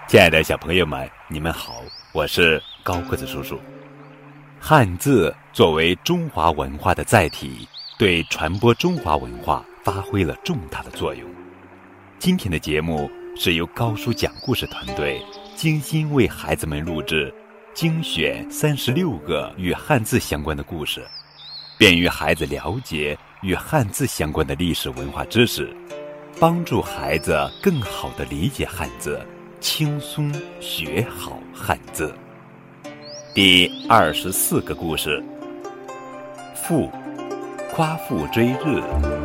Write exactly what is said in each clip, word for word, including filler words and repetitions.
亲爱的小朋友们，你们好，我是高个子叔叔。汉字作为中华文化的载体，对传播中华文化发挥了重大的作用。今天的节目是由高叔讲故事团队精心为孩子们录制，精选三十六个与汉字相关的故事，便于孩子了解与汉字相关的历史文化知识，帮助孩子更好地理解汉字，轻松学好汉字。第二十四个故事：父夸父追日。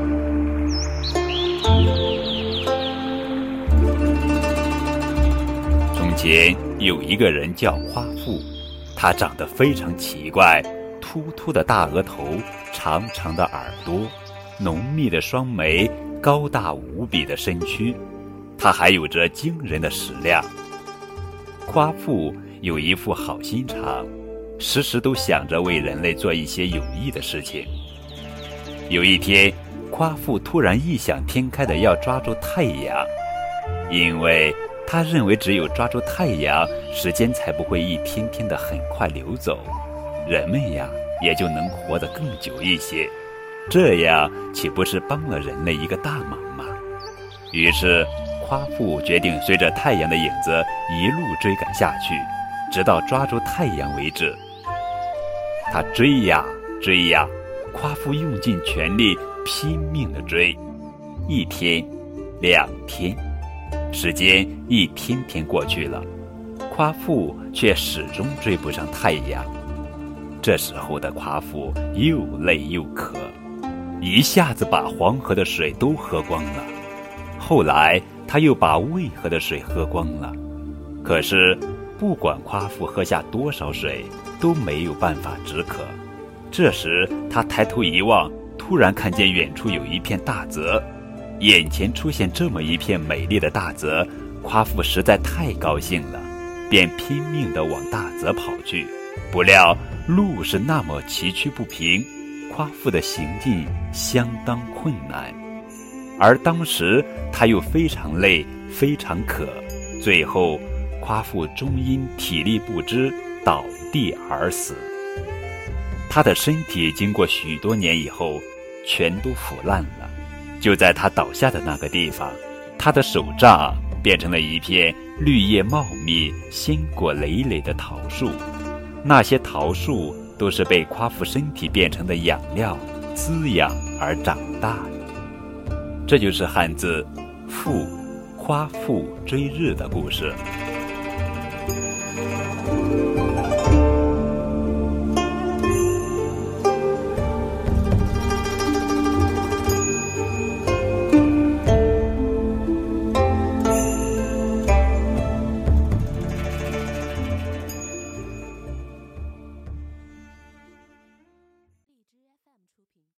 从前有一个人叫夸父，他长得非常奇怪，秃秃的大额头，长长的耳朵，浓密的双眉，高大无比的身躯，他还有着惊人的食量。夸父有一副好心肠，时时都想着为人类做一些有益的事情。有一天，夸父突然异想天开的要抓住太阳，因为他认为只有抓住太阳，时间才不会一天天的很快流走，人们呀也就能活得更久一些，这样岂不是帮了人类一个大忙吗？于是夸父决定随着太阳的影子一路追赶下去，直到抓住太阳为止。他追呀追呀，夸父用尽全力拼命地追。一天，两天，时间一天天过去了，夸父却始终追不上太阳。这时候的夸父又累又渴，一下子把黄河的水都喝光了，后来他又把渭河的水喝光了。可是不管夸父喝下多少水，都没有办法止渴。这时他抬头一望，突然看见远处有一片大泽，眼前出现这么一片美丽的大泽，夸父实在太高兴了，便拼命地往大泽跑去。不料路是那么崎岖不平，夸父的行进相当困难，而当时他又非常累，非常渴，最后夸父终因体力不支倒地而死。他的身体经过许多年以后全都腐烂了，就在他倒下的那个地方，他的手杖变成了一片绿叶茂密、鲜果累累的桃树。那些桃树都是被夸父身体变成的养料滋养而长大的。这就是汉字父夸父追日的故事。